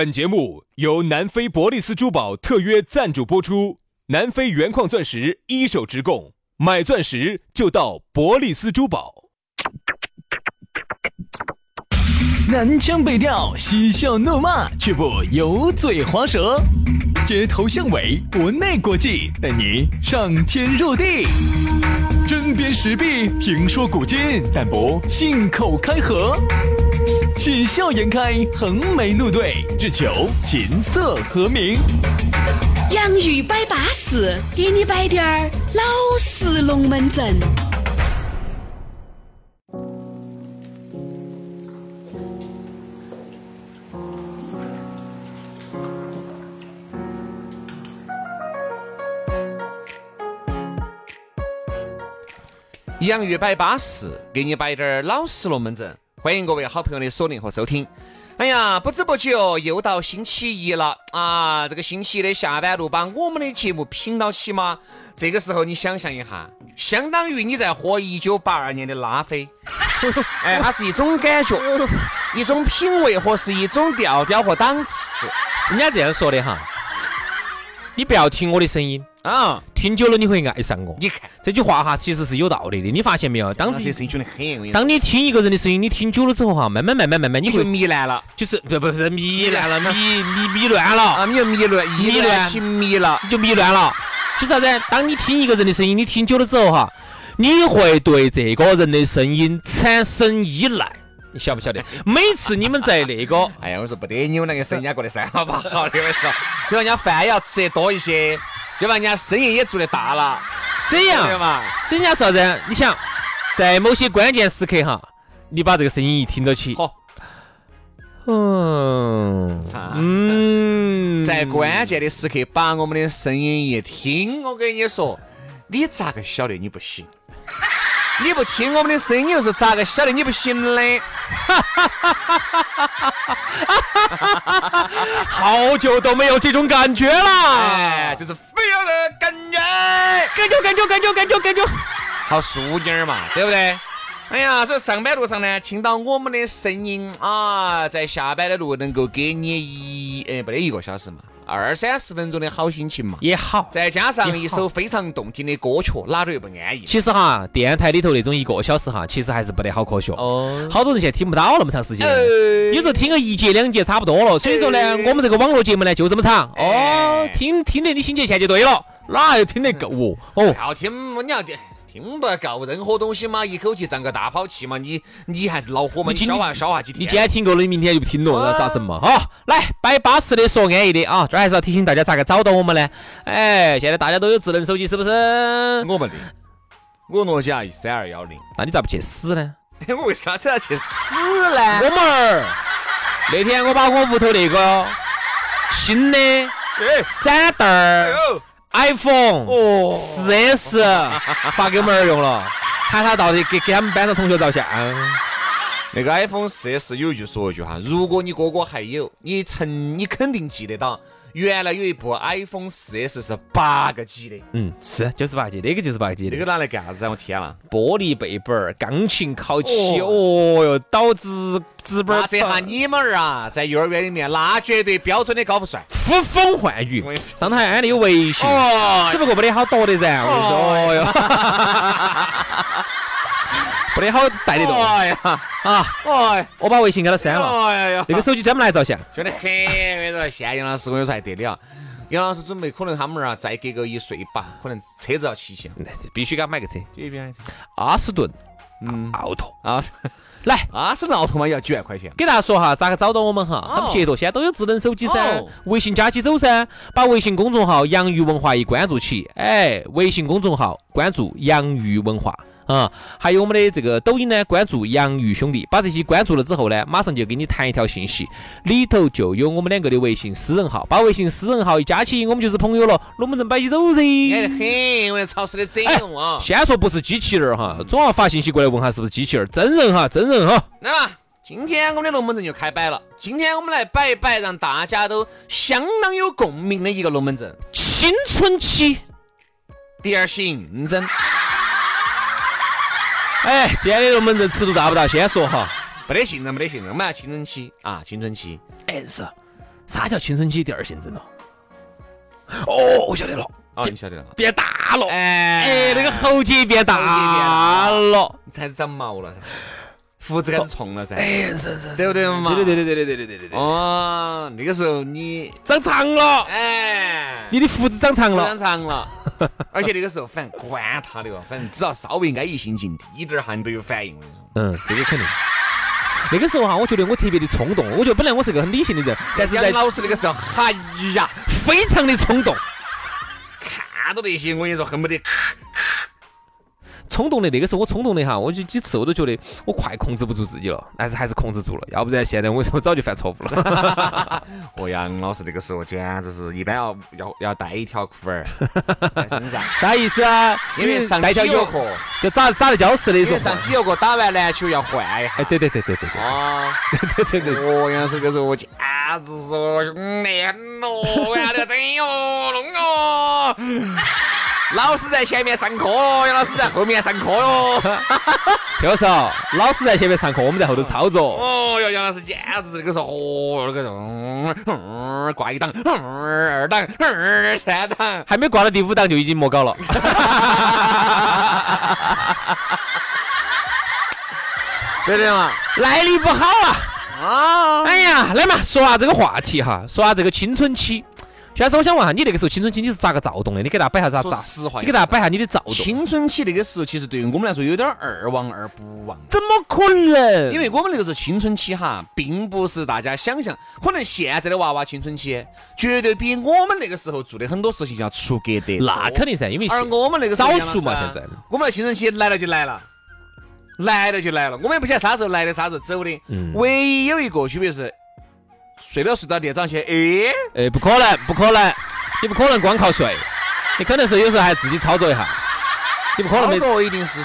本节目由南非伯利斯珠宝特约赞助播出，南非原矿钻石一手直供，买钻石就到伯利斯珠宝。 南腔北调，嬉笑怒骂，却不油嘴滑舌，街头巷尾，国内国际，带你上天入地。针砭时弊，评说古今，但不信口开河。喜笑颜开，横眉怒对，只求琴瑟和鸣。 洋芋摆巴士，给你摆点儿老式龙门阵。 洋芋摆巴士，给你摆点儿老实龙门阵。欢迎各位好朋友的锁定和收听。哎呀，不知不觉又到星期一了啊！这个星期一的下班路把我们的节目拼到起吗？这个时候你想象一下，相当于你在喝1982年的拉菲。哎，它是一种感觉，一种品味和是一种调调和档次。 人家这样说的哈，你不要听我的声音啊， 听久了你会爱上我。 你看这句话哈，其实是有道理的。你发现没有？当你听一个人的声音，你听久了之后哈，慢慢，你会糜烂了， 就是不是糜烂了，迷乱了啊，你就迷乱情迷了， 你就迷乱了。就是啥子？当你听一个人的声音，你听久了之后哈，你会对这个人的声音产生依赖。你晓不晓得？每次你们在那个， 哎呀，我说不得，你有那个声音过得3好不好的，我说，就让人家饭也要吃得多一些，就把人家生意也做得大了， 这样嘛？人家说啥子？你想，在某些关键时刻哈，你把这个声音一听到起， 在关键的时刻把我们的声音一听，我跟你说，你咋个晓得你不行？你不听我们的声音，又是咋个晓得你不行的？ 好久都没有这种感觉了， 哎，就是非要的感觉，好舒静嘛，对不对？哎呀，所以上班路上呢，听到我们的声音啊，在下班的路能够给你不得1个小时嘛，20-30分钟的好心情嘛， 也好， 再加上一首非常动听的歌曲，哪里又不安逸？ 其实哈，电台里头那种1个小时哈，其实还是不得好科学哦。好多人现在听不到那么长时间，有时候听个1节2节差不多了。所以说呢，我们这个网络节目呢就这么长哦，听得你心节前就对了，哪有听得够哦？ 要听你要听不够任何东西嘛，一口气胀个大跑气嘛，你还是恼火嘛，你消化几天。 你今天听够了，你明天就不听了，那咋整嘛？好，来摆巴适的，说安逸的啊！这还是要提醒大家咋个找到我们呢？哎，现在大家都有智能手机，是不是？ 我没得，我诺基亚3210。 那你咋不去死呢？ 我为啥子要去死呢？ 我们儿那天我把我屋头那个新的展凳儿。iPhone 4S 发给我们儿用了，喊他到底给他们班上同学照相。 那个 iPhone 4S 有一句说一句哈，如果你哥哥还有，你肯定记得到，原来有一部 iPhone 4S 是8个 G 的， 是就是8G，那个就是8G 的。 那个拿来干啥子啊？我天了， 玻璃背板、钢琴烤漆，哦哟，导致纸板。 这下你们儿啊，在幼儿园里面那绝对标准的高富帅， 呼风唤雨。上头还安的有微信，只不过没得好多的噻。我跟你说，哦哟。不得好带得动， 哎呀我把微信给他删了， 哎呀， 那个手机专门来照相， 觉得很。现在杨老师我跟你说还得了，杨老师准备可能他们啊再隔个1岁吧，可能车子要骑行， 必须给他买个车， 这边阿斯顿，奥拓啊， 来阿斯顿奥拓嘛要几万块钱。 给大家说哈，咋个找到我们哈？很撇脱，现在都有智能手机噻，微信加起走噻，把微信公众号洋芋文化一关注起，哎，微信公众号关注洋芋文化。还有我们的这个抖音呢，关注洋芋兄弟，把这些关注了之后呢，马上就给你弹一条信息，里头就有我们2个的微信私人号，把微信私人号一加起，我们就是朋友了，龙门阵摆起走噻。 哎很，我要潮湿的整啊！ 先说不是机器人哈，总要发信息过来问下是不是机器人，真人哈。 那么今天我们的龙门阵就开摆了，今天我们来摆一摆让大家都相当有共鸣的一个龙门阵， 青春期第二性征。 哎，今天的龙门阵尺度大不大？先说哈， 没得信任，我们要青春期啊，青春期。 哎是， 啥叫青春期第二性征了？哦，我晓得了。 哦，你晓得了， 变大了。 哎， 那个喉结变大了， 才长毛了噻，胡子开始冲了噻。 哎，是， 对不对嘛？ 对。 哦，那个时候你长长了， 哎， 你的胡子长长了， 长长了。而且那个时候反正管他的哦，反正只要稍微安逸心情低点哈，你都有反应。我跟你说， 这个肯定。那个时候哈，我觉得我特别的冲动。我觉得本来我是个很理性的人，但是杨老师那个时候，哎呀， 非常的冲动。 看到那些，我跟你说，恨不得冲动的那个时候，我冲动的哈，我就几次我都觉得我快控制不住自己了，但是还是控制住了，要不然现在我早就犯错误了。 杨老师那个时候简直是一般要带一条裤儿在身上， 啥意思啊？ 因为上体育课就咋在教室的时候， 上体育课打完篮球要换一下。 哎，对。 啊，对。杨老师那个时候我简直说兄弟很咯，我要得真哟，弄哦。老师在前面上课哟，杨老师在后面上课哟。 这时候老师在前面上课，我们在后头操作。 哦哟，杨老师简直那个时候，哦，那个时候，挂一档，二档，三档， 还没挂到第5档就已经莫搞了。 对的嘛， 耐力不好啊！哎呀，来嘛，说下这个话题哈，说下这个青春期。徐老师，我想问下你那个时候青春期你是咋个躁动的？你给大家摆下咋？ 说实话， 你给大家摆下你的躁动。 青春期那个时候，其实对于我们来说有点二忘而不忘。 怎么可能？ 因为我们那个时候青春期哈，并不是大家想象，可能现在的娃娃青春期绝对比我们那个时候做的很多事情要出格得多。 那肯定噻，因为而我们那个时候早熟嘛，现在我们的青春期来了就来了。来了就来了，我们也不晓得啥时候来的，啥时候走的。唯一有一个区别是，睡到第二早上去， 不可能，你不可能光靠睡，你可能是有时候还自己操作一下，你不可能没操作，一定是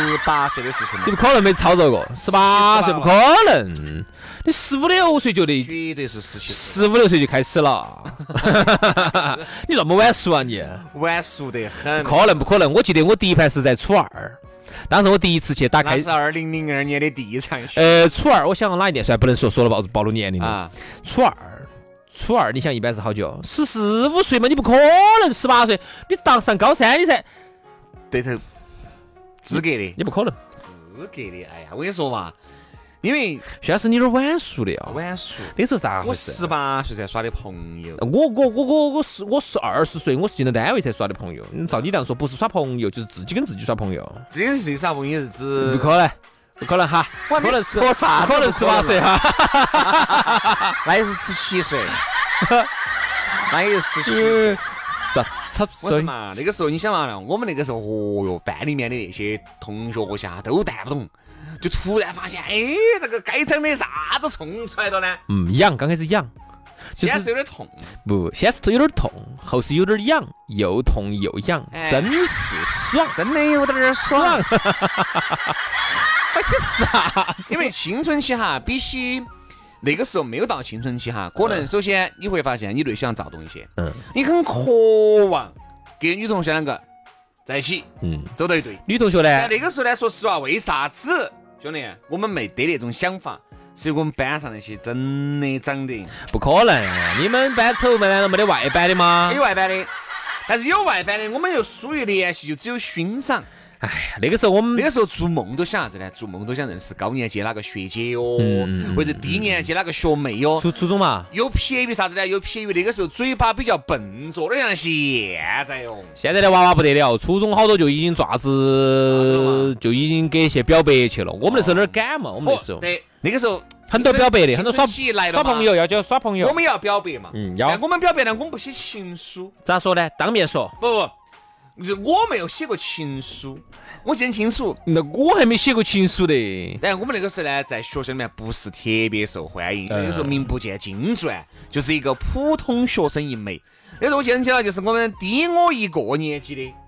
18岁的事情。 你不可能没操作过，18岁不可能，你15、16岁就得， 绝对是17、 15、16岁就开始了。你那么晚熟啊你？ 晚熟得很。 不可能，我记得我第一盘是在初2。当时我第一次去打开， 那是2002年的第一场雪。 初2，我想哪一年算不能说了暴露年龄了。 啊， 初二，你想一般是好久？14、15岁嘛，你不可能18岁，你到上高3你才对头，资格的， 你不可能资格的。哎呀，我跟你说嘛，因为徐老师你有点晚熟的哦， 晚熟。 那时候咋回我事 18岁才耍的朋友。 我是20岁，我是进了单位才耍的朋友。照你这样说，不是耍朋友，就是自己跟自己耍朋友。 这个是啥朋友？是指不可能哈， 可能说啥？ 可能18岁哈， 那也是17岁，那也是17岁嘛。那个时候你想嘛，我们那个时候，哦哟，班里面的那些同学下都看不懂，就突然发现，哎，这个该长的啥都冲出来了呢。 痒，刚开始痒， 现在是有点痛。 不，先是有点痛，后是有点痒，又痛又痒，真是爽， 真的有点爽。 我是啥？ 因为青春期哈，比起那个时候没有到青春期哈，可能首先你会发现你内心躁动一些，你很渴望跟女同学两个在一起，走到一堆。 女同学呢？ 那个时候呢，说实话，为啥子兄弟我们没得那种想法？是我们班上那些真的长得不可能，你们班丑们难道没得外班的吗？ 有外班的，但是有外班的，我们又疏于联系，就只有欣赏。 哎呀，那个时候我们那个时候做梦都想啥子呢？做梦都想认识高年级哪个学姐哟，或者低年级哪个学妹哟。 初中嘛， 又撇于啥子呢？又撇于那个时候嘴巴比较笨拙的，像现在哟。 现在的娃娃不得了，初中好多就已经爪子，就已经给一些表白去了。我们那时候哪儿敢嘛？我们那时候对，那个时候很多表白的，很多耍朋友要叫耍朋友。 我们要表白嘛？ 要。 但我们表白呢，我们不写情书。 咋说呢？当面说。 不，我没有写过情书，我记得清楚。 那我还没写过情书的。 但我们那个时候呢，在学校里面不是特别受欢迎，那个时候名不见经传，就是一个普通学生一枚。那时候我记得起来，就是我们低我一个年级的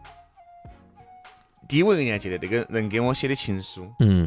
那个人给我写的情书。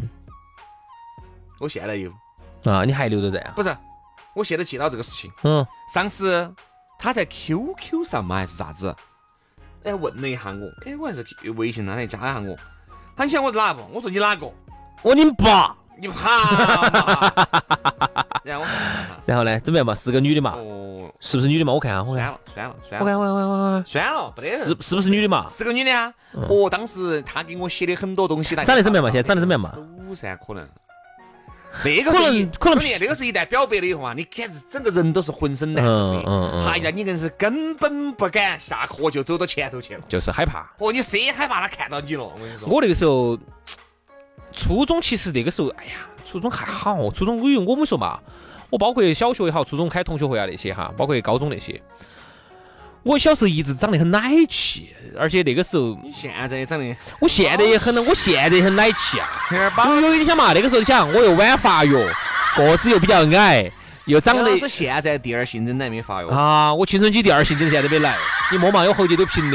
我现在有啊，你还留着在啊？ 不是，我现在记到这个事情。上次他在 QQ 上嘛还是啥子？问了一下我，我还是微信他来加一下我。他想我是哪个？我说你哪个？ 我你爸。 你怕嘛？ 然后呢，怎么样嘛？是个女的嘛？ 哦， 是不是女的嘛？我看啊，我看， 算了， 我看， 算了，不得是不是女的嘛？ 是个女的啊。哦，当时她给我写的很多东西， 长得怎么样嘛？现在长得怎么样嘛？ 丑噻，可能。那个可能那个是一旦表白了以后啊，你简直整个人都是浑身难受的。哎呀，你硬是根本不敢下课就走到前头去了， 就是害怕。 哦，你谁害怕他看到你了？我跟你说， 我那个时候初中，其实那个时候，哎呀，初中还好，初中因为我们说嘛，我包括小学也好，初中开同学会啊那些哈，包括高中那些。我小时候一直长得很奶气，而且那个时候， 你现在也长得， 我现在也很奶气啊。有你想嘛，那个时候你想，我又晚发育，个子又比较矮，又长得是现在第二性征还没发育啊。我青春期第二性征现在都没来，你摸嘛，我喉结都平的。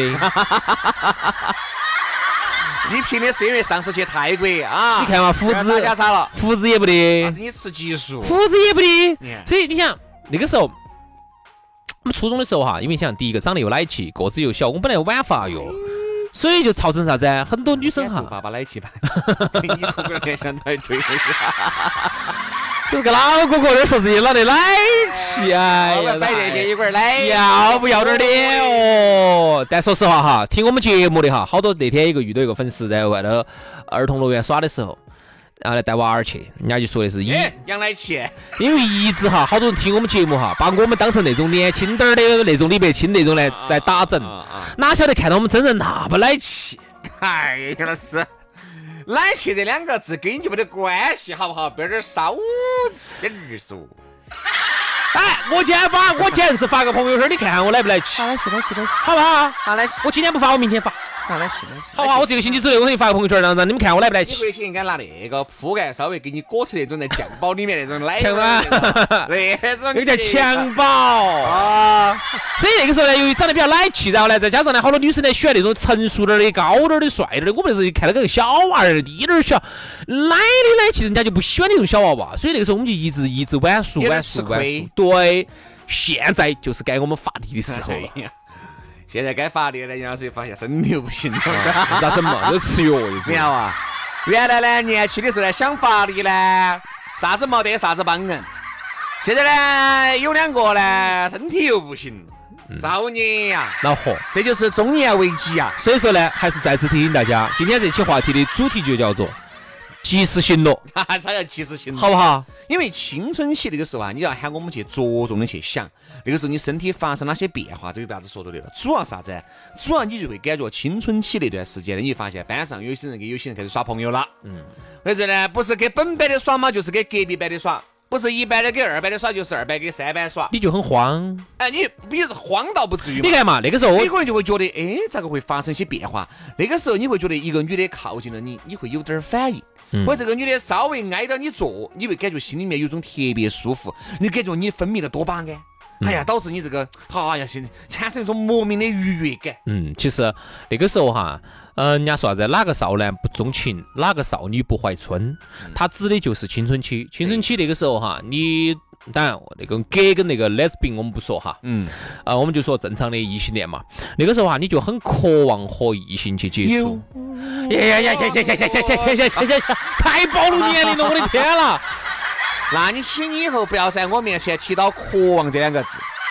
你平的是因为上次去泰国啊， 你看嘛，胡子加差了， 胡子也不得， 那是你吃激素， 胡子也不得。所以你想那个时候。我们初中的时候哈，因为想第一个长得又奶气，个子又小，我们本来晚发育，所以就造成啥子？很多女生哈， 把奶气盘，你哥哥联想到一堆东西， 就是个老哥哥在说自己老得奶气哎呀， 摆这些一管奶， 要不要点脸哦？但说实话哈，听我们节目的哈，好多那天遇到一个粉丝在外头儿童乐园耍的时候。然后来带娃儿去，人家就说的是养奶气， 因为一直哈，好多人听我们节目哈，把我们当成那种年轻点儿的那种李白清那种来打整，哪晓得看到我们真人那么奶气？ 哎呀，老师，奶气这两个字跟你就没得关系，好不好？别点稍点儿说。 哎，我今天是发个朋友圈，你看看我来不来气？ 好来气， 好不好？ 好来气。 我今天不发，我明天发。 好来气， 好不好？我这个星期之内我给你发个朋友圈，让你们看我来不来气。 你回去应该拿那个铺盖稍微给你裹起那种在酱包里面那种奶， 强吧？ 那种那个叫襁褓啊。所以那个时候呢，由于长得比较奶气，然后呢，再加上呢，好多女生呢喜欢那种成熟点的、高点的、帅点的。我们那时候看到跟个小娃儿低点小，奶气，人家就不喜欢那种小娃娃。所以那个时候我们就一直晚熟。对，现在就是该我们发力的时候了。 现在该发力了，杨老师就发现身体又不行了， 咋整嘛？就吃药就这样啊。原来呢，年轻的时候呢，想发力呢，啥子没得，啥子帮人。现在呢，有两个呢，身体又不行，造孽呀！ 恼火， 这就是中年危机啊！ 所以说呢，还是再次提醒大家，今天这期话题的主题就叫做及时行乐， 啥叫及时行乐？ 好不好？ 因为青春期那个时候啊，你要喊我们去着重的去想，那个时候你身体发生哪些变化，这个不要子说到的了。主要啥子？主要你就会感觉青春期那段时间呢，你会发现班上有些人跟有些人开始耍朋友了。为啥呢？不是跟本班的耍嘛，就是跟隔壁班的耍。不是一班的跟二班的耍，就是二班跟三班耍， 你就很慌。 哎，你是慌到不至于嘛？ 你看嘛，那个时候你可能就会觉得，哎，咋个会发生一些变化？那个时候你会觉得一个女的靠近了你，你会有点反应。或者这个女的稍微挨到你坐，你会感觉心里面有种特别舒服，你感觉你分泌了多巴胺。哎呀，导致你这个，哎呀，产生一种莫名的愉悦感。 其实那个时候哈，人家说啥子？哪个少男不钟情，哪个少女不怀春？它指的就是青春期。青春期那个时候哈，你当然那个 gay 跟那个 lesbian 我们不说哈，我们就说正常的异性恋嘛。那个时候哈，你就很渴望和异性去接触。呀，太暴露年龄了，我的天了！ 那你请你以后不要在我面前提到渴望这两个字。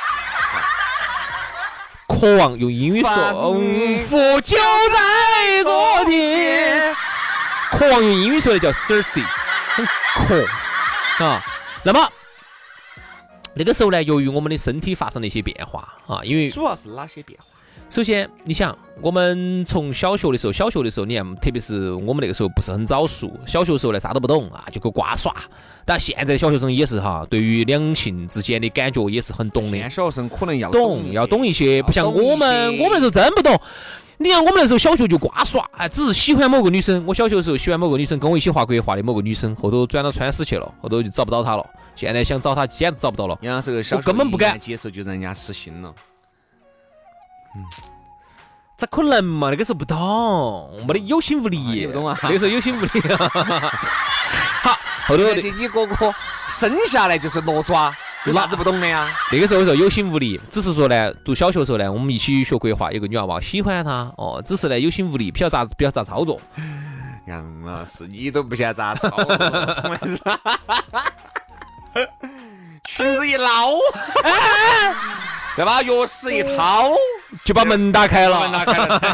渴望用英语说，佛就在昨天。渴望用英语说的叫 thirsty， 很渴啊。那么那个时候呢，由于我们的身体发生了一些变化啊，因为主要是哪些变化？ 首先，你想，我们从小学的时候，你看，特别是我们那个时候不是很早熟，小学的时候呢啥都不懂啊，就给瓜耍。但现在小学生也是哈，对于两性之间的感觉也是很懂的。 现在小学生可能要懂一些，不像我们那时候真不懂。你看我们那时候小学就瓜耍，只是喜欢某个女生。我小学的时候喜欢某个女生，跟我一起画国画的某个女生，后头转到川师去了，后头就找不到她了。现在想找她简直找不到了。 我根本不敢接受，就让人家失心了。 咋可能嘛？那个时候不懂，没得有心无力， 不懂啊。 那个时候有心无力。好，后头你哥哥生下来就是挪爪，有啥子不懂的呀？ 那个时候有心无力，只是说呢，读小学的时候呢，我们一起学国画，有个女娃娃喜欢他，只是呢有心无力，不晓得咋操作。 杨老师，你都不晓得咋操作。 裙子一捞，再把钥匙一掏， 就把门打开了。 门打开了。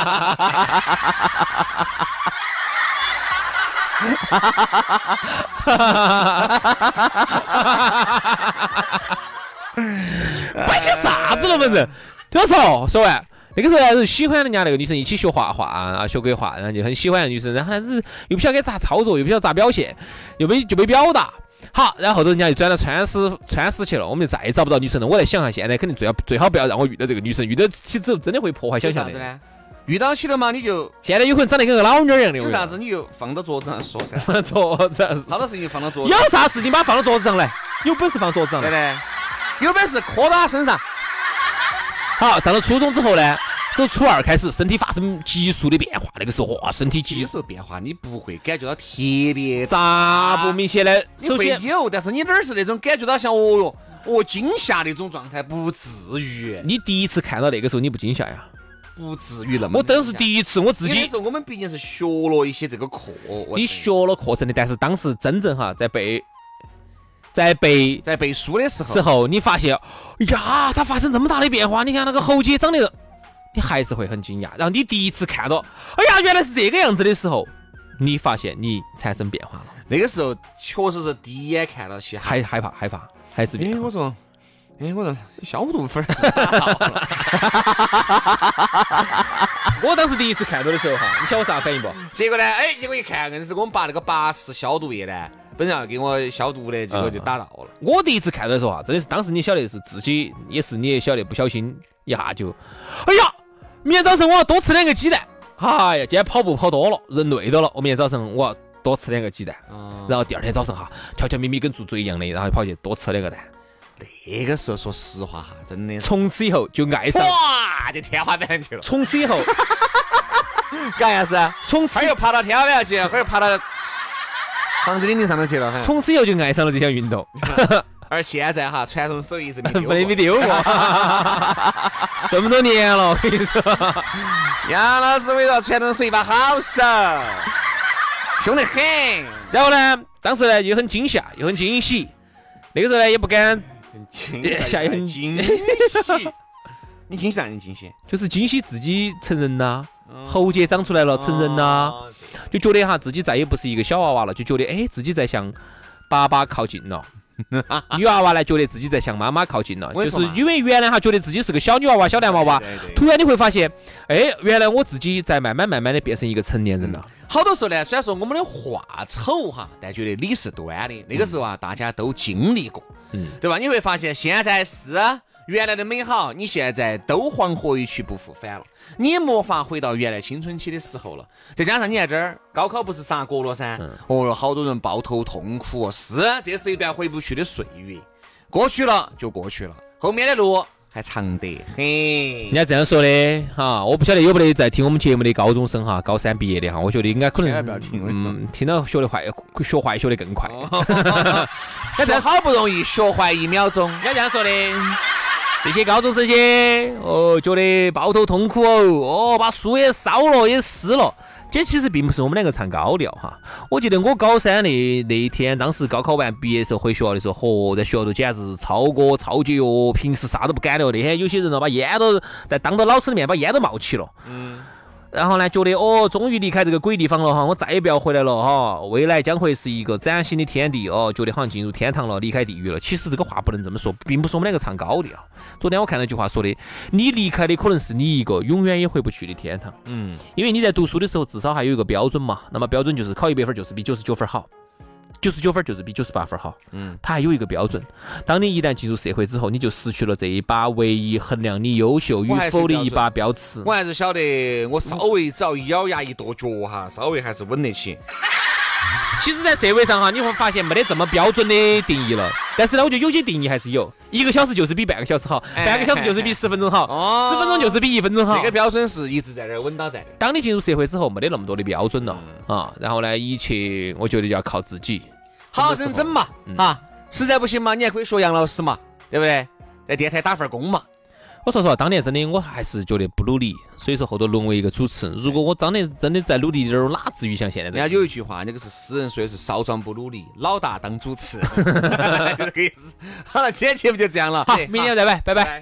摆些啥子了嘛人？听我说完。那个时候还是喜欢人家那个女生，一起学画画啊，学国画，然后就很喜欢的女生，然后但是又不晓得该咋操作，又不晓得咋表现，就没表达。好，然后后头人家就转到川师去了，我们就再也找不到女生了。我在想哈，现在肯定最好不要让我遇到这个女生，遇到起之后真的会破坏想象的。 遇到起了嘛，你就现在有可能长得跟个老妞一样的。 有啥子你就放到桌子上说噻。 放到桌子上， 好多事情放到桌子上。 有啥事情把它放到桌子上来，有本事放桌子上来。 对的，有本事磕到他身上。 好，上了初中之后呢？从初二开始，身体发生急速的变化。那个时候，哇，身体急速变化，你不会感觉到特别咋不明显呢？ 首先有，但是你哪儿是那种感觉到像惊吓那种状态，不至于。 你第一次看到那个时候，你不惊吓呀？ 不至于那么。 我当时第一次，我自己。 那时候我们毕竟是学了一些这个课， 你学了课程的，但是当时真正哈在背书的时候，你发现呀，它发生这么大的变化。你看那个喉结长得。你还是会很惊讶，然后你第一次看到，哎呀，原来是这个样子的时候，你发现你产生变化了。 那个时候确实是第一眼看到起， 害怕，还是变化。 我说消毒粉我当时第一次看到的时候哈，你晓得我啥反应不？ 结果呢，结果一看，硬是我们把那个巴氏消毒液呢，本来要给我消毒的，结果就打到了。 我第一次看到的时候啊，真的是当时你晓得是自己你也晓得不小心一下就，哎呀！明天早上我要多吃2个鸡蛋。哎呀，今天跑步跑多了，人累到了。我明天早上我要多吃2个鸡蛋。然后第二天早上哈，悄悄咪咪跟做贼一样的，然后跑去多吃2个蛋。 那个时候说实话哈，真的， 从此以后就爱上， 哇，就天花板去了。 从此以后， 干啥子？从此又爬到天花板去，又爬到房子顶上头去了。 从此以后就爱上了这项运动。 而现在哈，传统手艺是没丢过，这么多年了，我跟你说， 杨老师为了传统手艺把好手，凶得很。 然后呢，当时呢又很惊吓，又很惊喜，那个时候呢也不敢， 吓也很惊喜。你惊喜啥？你惊喜？ 就是惊喜自己成人啦，喉结长出来了，成人啦，就觉得哈自己再也不是一个小娃娃了，就觉得自己在向爸爸靠近了。女娃娃呢，觉得自己在向妈妈靠近了，就是因为原来哈觉得自己是个小女娃娃、小男娃娃，突然你会发现，原来我自己在慢慢的变成一个成年人了。 好多时候呢，虽然说我们的话丑哈，但觉得理是端的。那个时候啊，大家都经历过，对吧？你会发现现在是原来的美好，你现在都黄河一去不复返了，你也没法回到原来青春期的时候了。再加上你在这儿高考不是杀过了噻，好多人抱头痛哭，这是一段回不去的岁月，过去了就过去了，后面的路还长得很。 人家这样说的哈，我不晓得有没得在听我们节目的高中生哈，高3毕业的哈，我觉得应该可能不要听， 听到学坏学得更快。 但好不容易学坏1秒钟， 人家这样说的。这些高中生些觉得抱头痛哭把书也烧了也撕了，这其实并不是我们2个唱高调哈。我记得我高3那一天，当时高考完毕业的时候回学校的时候，在学校都简直超歌超节平时啥都不敢的。那天有些人把烟都在当着老师的面把烟都冒起了。然后呢，觉得终于离开这个鬼地方了哈，我再也不要回来了哈，未来将会是一个崭新的天地觉得好像进入天堂了，离开地狱了。其实这个话不能这么说，并不是我们2个唱高调。昨天我看到一句话说的，你离开的可能是你一个永远也回不去的天堂。因为你在读书的时候至少还有一个标准嘛，那么标准就是考100分就是比99分好，99分就是比98分好。它还有一个标准，当你一旦进入社会之后，你就失去了这一把唯一衡量你优秀与否的一把标尺。 我还是晓得，我稍微只要一咬牙一跺脚哈，稍微还是稳得起。 其实，在社会上哈，你会发现没得这么标准的定义了。但是呢，我觉得有些定义还是有，1个小时就是比半个小时好，半个小时就是比10分钟好，10分钟就是比1分钟好。 这个标准是一直在这儿稳到在的。 当你进入社会之后，没得那么多的标准了然后呢，一切我觉得就要靠自己。 好生整嘛，实在不行嘛，你还可以学杨老师嘛，对不对？在电台打份工嘛。 我说实话，当年真的我还是觉得不努力，所以说后头沦为一个主持人。如果我当年真的再努力一点，哪至于像现在这样？ 人家有一句话，那个是诗人说的是少壮不努力，老大当主持，就这个意思。好了，今天节目就这样了， 好，明天再拜，拜拜。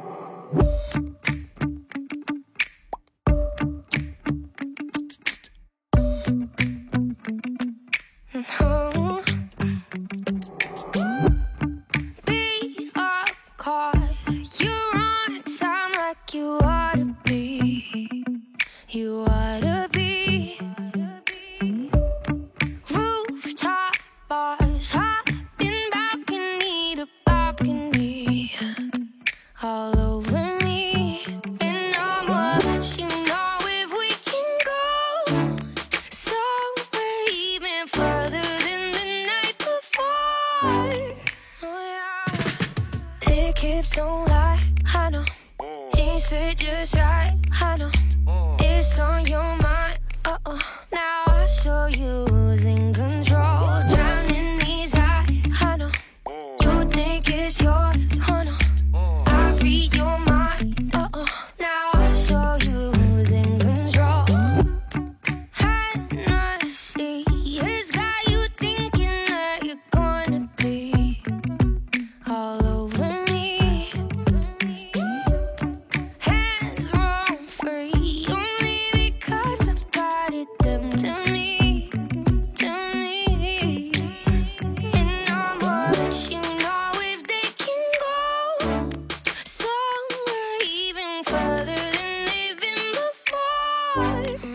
Hips don't lie, I know. Jeans fit just right, I know. It's on your mind, now I show you losing control. Drowning these eyes, I know. You think it's yours, oh no. I read your mind, now I show you losing control. Hennessy has got you thinking that you're gonna be all over me. Hands roam free, only because I've got it them to me, to me. And I'ma let you know if they can go somewhere even further than they've been before.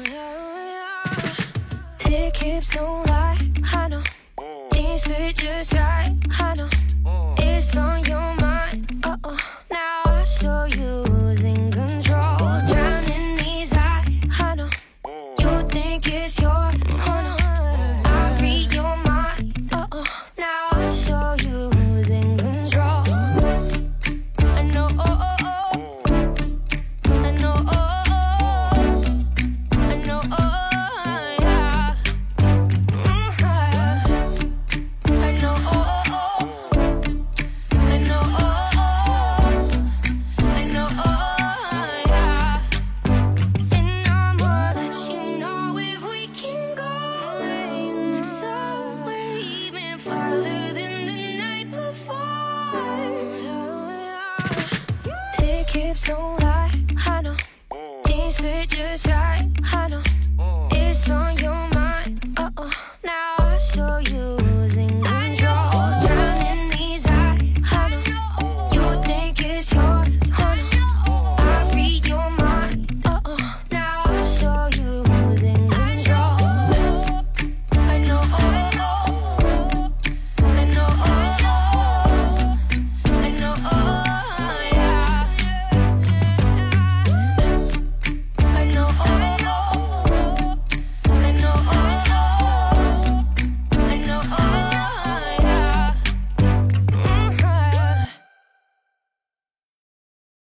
Thick hips don't lie, I know. Jeans fit just right, I know. It's on your mind, now I show you losing control. Drowning these eyes, I know. You think it's yours, oh no. I read your mind, now I show you losing control. I know, I know, I know, yeah. I know, I know, yeah. And I'ma let you know if we can go somewhere even farther than the night before. Thick hips don't lie, I know. Jeans fit just right, I know. It's on your mind, now I show you